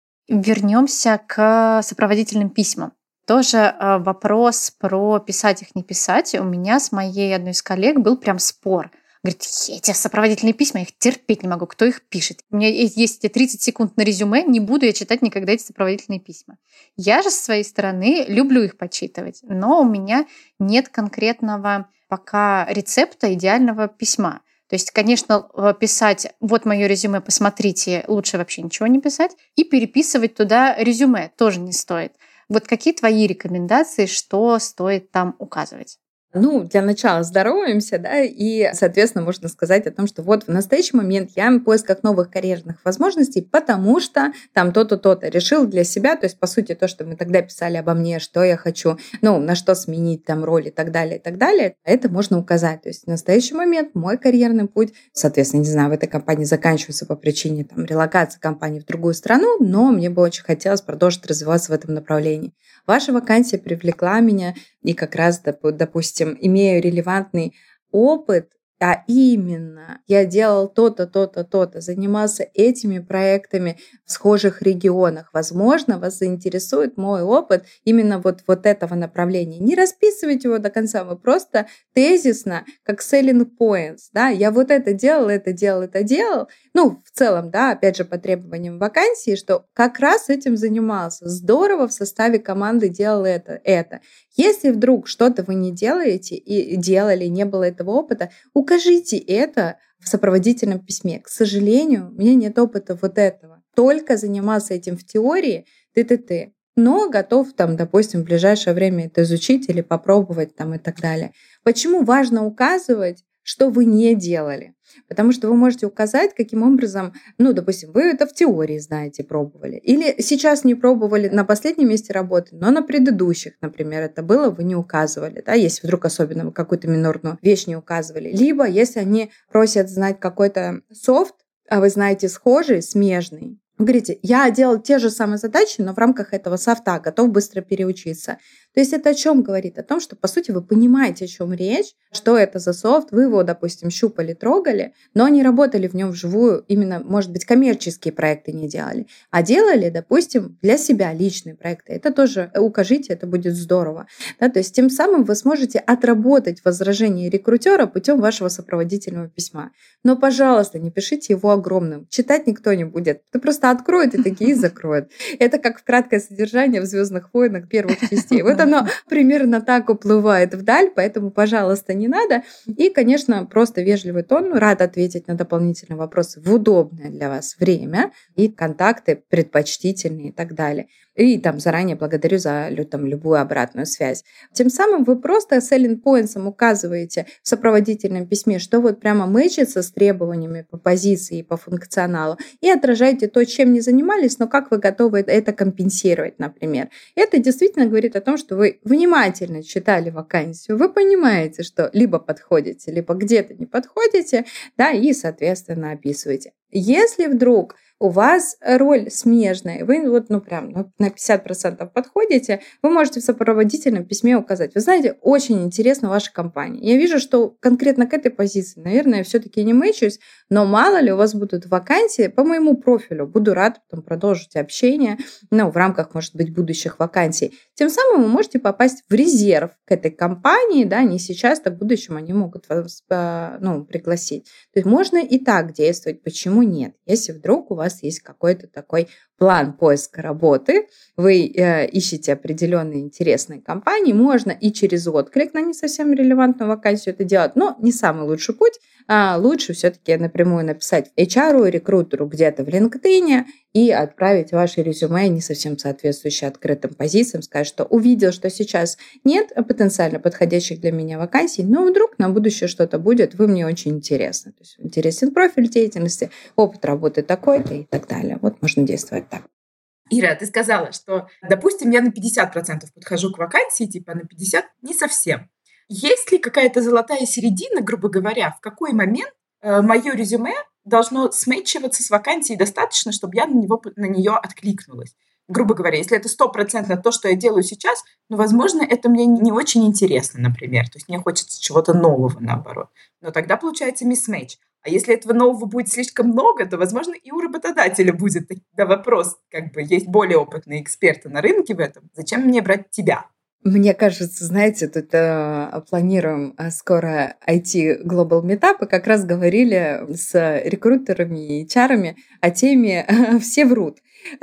Вернемся к сопроводительным письмам. Тоже вопрос про писать их, не писать. У меня с моей одной из коллег был прям спор. Говорит, эти сопроводительные письма, я их терпеть не могу, кто их пишет. У меня есть эти тридцать секунд на резюме, не буду я читать никогда эти сопроводительные письма. Я же со своей стороны люблю их почитывать, но у меня нет конкретного пока рецепта идеального письма. То есть, конечно, писать «вот мое резюме, посмотрите», лучше вообще ничего не писать, и переписывать туда резюме тоже не стоит. Вот какие твои рекомендации, что стоит там указывать? Ну, для начала здороваемся, да, и, соответственно, можно сказать о том, что вот в настоящий момент я в поисках новых карьерных возможностей, потому что там то-то, то-то решил для себя, то есть, по сути, то, что мы тогда писали обо мне, что я хочу, ну, на что сменить там роль и так далее, и так далее, это можно указать. То есть в настоящий момент мой карьерный путь, соответственно, не знаю, в этой компании заканчивается по причине там релокации компании в другую страну, но мне бы очень хотелось продолжить развиваться в этом направлении. Ваша вакансия привлекла меня, и как раз, допустим, имею релевантный опыт а именно я делал то-то, то-то, то-то, занимался этими проектами в схожих регионах. Возможно, вас заинтересует мой опыт именно вот, вот этого направления. Не расписывайте его до конца, вы просто тезисно, как selling points, да, я вот это делал, это делал, это делал, ну, в целом, да, опять же, по требованиям вакансии, что как раз этим занимался. Здорово в составе команды делал это, это. Если вдруг что-то вы не делаете и делали, не было этого опыта, укажите это в сопроводительном письме. К сожалению, у меня нет опыта вот этого. Только заниматься этим в теории, ты-ты-ты. Но готов, там, допустим, в ближайшее время это изучить или попробовать там, и так далее. Почему важно указывать, что вы не делали? Потому что вы можете указать, каким образом, ну, допустим, вы это в теории знаете, пробовали. Или сейчас не пробовали на последнем месте работы, но на предыдущих, например, это было, вы не указывали. Да, если вдруг особенно вы какую-то минорную вещь не указывали. Либо если они просят знать какой-то софт, а вы знаете схожий, смежный, вы говорите, я делал те же самые задачи, но в рамках этого софта готов быстро переучиться. То есть это о чем говорит? О том, что, по сути, вы понимаете, о чем речь, что это за софт, вы его, допустим, щупали, трогали, но не работали в нем вживую, именно, может быть, коммерческие проекты не делали, а делали, допустим, для себя личные проекты. Это тоже укажите, это будет здорово. Да, то есть тем самым вы сможете отработать возражение рекрутера путем вашего сопроводительного письма. Но, пожалуйста, не пишите его огромным. Читать никто не будет. Ты просто откроет и такие закроет. Это как краткое содержание в «Звездных войнах» первых частей. Вот оно примерно так уплывает вдаль, поэтому, пожалуйста, не надо. И, конечно, просто вежливый тон, рад ответить на дополнительные вопросы в удобное для вас время, и контакты предпочтительные и так далее. И там заранее благодарю за там, любую обратную связь. Тем самым вы просто selling points указываете в сопроводительном письме, что вот прямо мэчится с требованиями по позиции и по функционалу, и отражаете то, чем не занимались, но как вы готовы это компенсировать, например. Это действительно говорит о том, что вы внимательно читали вакансию, вы понимаете, что либо подходите, либо где-то не подходите, да, и, соответственно, описываете. Если вдруг у вас роль смежная, вы вот, ну, прям ну, на пятьдесят процентов подходите, вы можете в сопроводительном письме указать. Вы знаете, очень интересна ваша компания. Я вижу, что конкретно к этой позиции, наверное, все-таки не мэчусь, но мало ли у вас будут вакансии по моему профилю. Буду рад потом продолжить общение, ну, в рамках, может быть, будущих вакансий. Тем самым вы можете попасть в резерв к этой компании, да, не сейчас, так в будущем они могут вас, ну, пригласить. То есть можно и так действовать. Почему нет? Если вдруг у вас есть какой-то такой план поиска работы, вы э, ищете определенные интересные компании, можно и через отклик на не совсем релевантную вакансию это делать, но не самый лучший путь. А лучше все-таки напрямую написать эйч ар, рекрутеру где-то в LinkedIn и отправить ваше резюме, не совсем соответствующее открытым позициям, сказать, что увидел, что сейчас нет потенциально подходящих для меня вакансий, но вдруг на будущее что-то будет, вы мне очень интересны. То есть интересен профиль деятельности, опыт работы такой-то и так далее. Вот можно действовать так. Ира, ты сказала, что, допустим, я на пятьдесят процентов подхожу к вакансии, типа на пятьдесят процентов не совсем. Есть ли какая-то золотая середина, грубо говоря, в какой момент э, мое резюме должно смейчиваться с вакансией достаточно, чтобы я на, него, на нее откликнулась? Грубо говоря, если это стопроцентно то, что я делаю сейчас, ну, возможно, это мне не очень интересно, например. То есть мне хочется чего-то нового, наоборот. Но тогда получается мисс-мэйч. А если этого нового будет слишком много, то, возможно, и у работодателя будет да, вопрос, как бы есть более опытные эксперты на рынке в этом. Зачем мне брать тебя? Мне кажется, знаете, тут э, планируем э, скоро ай ти Global Meetup, и как раз говорили с рекрутерами и эйч ар-ами о теме э, «Все врут».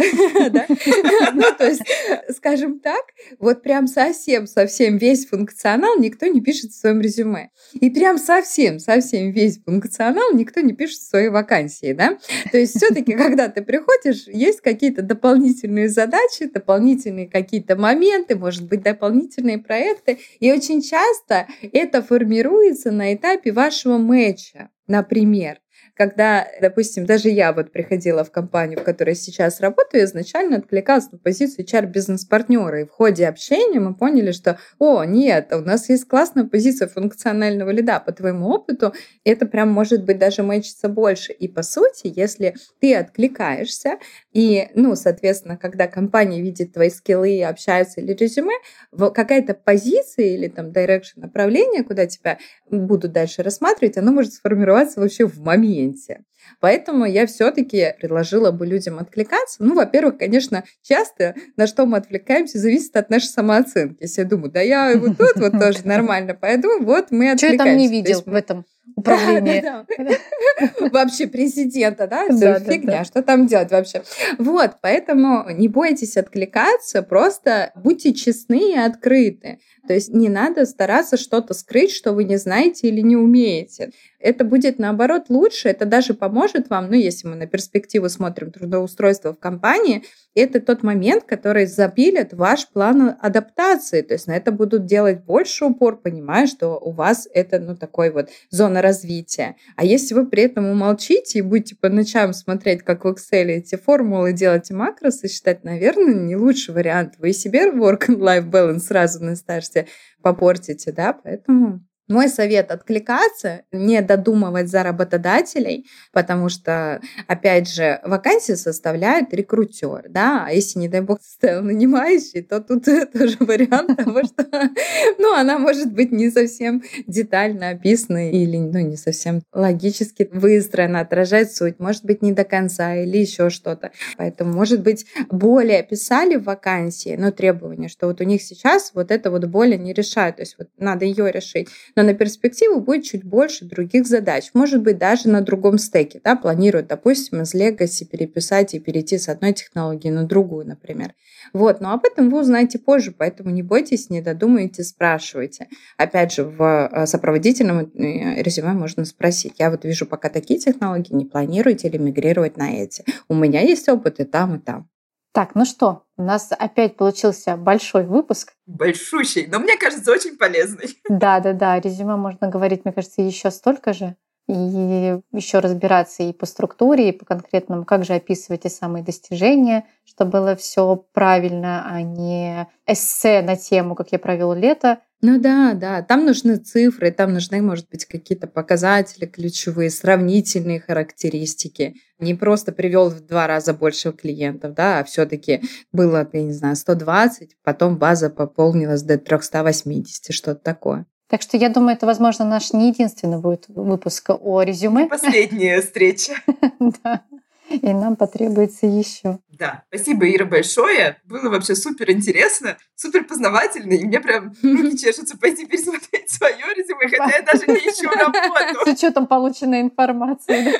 Ну, то есть, скажем так, вот прям совсем-совсем весь функционал никто не пишет в своем резюме. И прям совсем-совсем весь функционал никто не пишет в своей вакансии, да? То есть все-таки, когда ты приходишь, есть какие-то дополнительные задачи, дополнительные какие-то моменты, может быть, дополнительные проекты. И очень часто это формируется на этапе вашего мэтча, например. Когда, допустим, даже я вот приходила в компанию, в которой сейчас работаю, изначально откликалась на позицию эйч ар-бизнес-партнера. И в ходе общения мы поняли, что, о, нет, у нас есть классная позиция функционального лида. По твоему опыту это прям может быть даже мэчиться больше. И по сути, если ты откликаешься И, ну, соответственно, когда компания видит твои скиллы, общается или резюме, какая-то позиция или там дирекшн направления, куда тебя будут дальше рассматривать, оно может сформироваться вообще в моменте. Поэтому я все-таки предложила бы людям откликаться. Ну, во-первых, конечно, часто на что мы отвлекаемся, зависит от нашей самооценки. Если я думаю, да я вот тут вот тоже нормально пойду, вот мы отвлекаемся. Что я там не видел в этом управлении? Вообще президента, да? Все фигня, что там делать вообще? Вот, поэтому не бойтесь откликаться, просто будьте честны и открыты. То есть не надо стараться что-то скрыть, что вы не знаете или не умеете. Это будет, наоборот, лучше, это даже поможет вам, ну, если мы на перспективу смотрим трудоустройство в компании, это тот момент, который запилит ваш план адаптации, то есть на это будут делать больше упор, понимая, что у вас это, ну, такой вот зона развития. А если вы при этом умолчите и будете по ночам смотреть, как в Excel эти формулы, делать макросы, считать, наверное, не лучший вариант. Вы себе work-life balance сразу на старте попортите, да, поэтому... Мой совет — откликаться, не додумывать за работодателей, потому что, опять же, вакансии составляет рекрутер, да, а если, не дай бог, составил нанимающий, то тут тоже вариант того, что, ну, она может быть не совсем детально описана или, ну, не совсем логически выстроена, отражает суть, может быть, не до конца или еще что-то. Поэтому, может быть, более описали в вакансии, но требования, что вот у них сейчас вот это вот более не решают, то есть вот надо ее решить. Но на перспективу будет чуть больше других задач. Может быть, даже на другом стеке. Да, планируют, допустим, из Legacy переписать и перейти с одной технологии на другую, например. Вот. Но об этом вы узнаете позже, поэтому не бойтесь, не додумайте, спрашивайте. Опять же, в сопроводительном резюме можно спросить. Я вот вижу пока такие технологии, не планируете ли мигрировать на эти? У меня есть опыт и там, и там. Так, ну что, у нас опять получился большой выпуск. Большущий, но мне кажется, очень полезный. Да-да-да, резюме можно говорить, мне кажется, еще столько же. И еще разбираться и по структуре, и по конкретному, как же описывать те самые достижения, чтобы было все правильно, а не эссе на тему, как я провел лето. Ну да, да, там нужны цифры, там нужны, может быть, какие-то показатели ключевые, сравнительные характеристики. Не просто привел в два раза больше клиентов, да, а все-таки было, я не знаю, сто двадцать, потом база пополнилась до триста восемьдесят, что-то такое. Так что я думаю, это, возможно, наш не единственный будет выпуск о резюме. И последняя встреча. Да. И нам потребуется еще. Да, спасибо, Ира, большое. Было вообще супер интересно, супер познавательно, и мне прям руки чешутся пойти пересмотреть свое резюме, хотя я даже не ищу работу. С учетом полученной информации.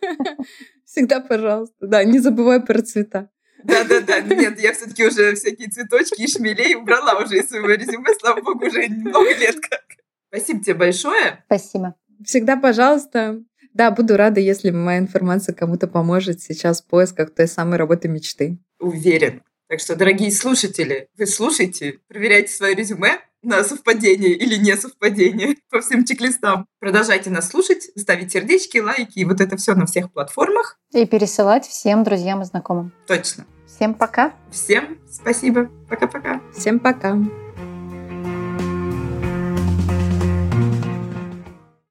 Всегда, пожалуйста, да, не забывай про цвета. Да-да-да, нет, я все-таки уже всякие цветочки и шмелей убрала уже из своего резюме, слава богу, уже много лет как. Спасибо тебе большое. Спасибо. Всегда, пожалуйста. Да, буду рада, если моя информация кому-то поможет сейчас в поисках той самой работы мечты. Уверен. Так что, дорогие слушатели, вы слушайте, проверяйте свое резюме на совпадение или не совпадение по всем чек-листам. Продолжайте нас слушать, ставить сердечки, лайки и вот это все на всех платформах. И пересылать всем друзьям и знакомым. Точно. Всем пока. Всем спасибо. Пока-пока. Всем пока.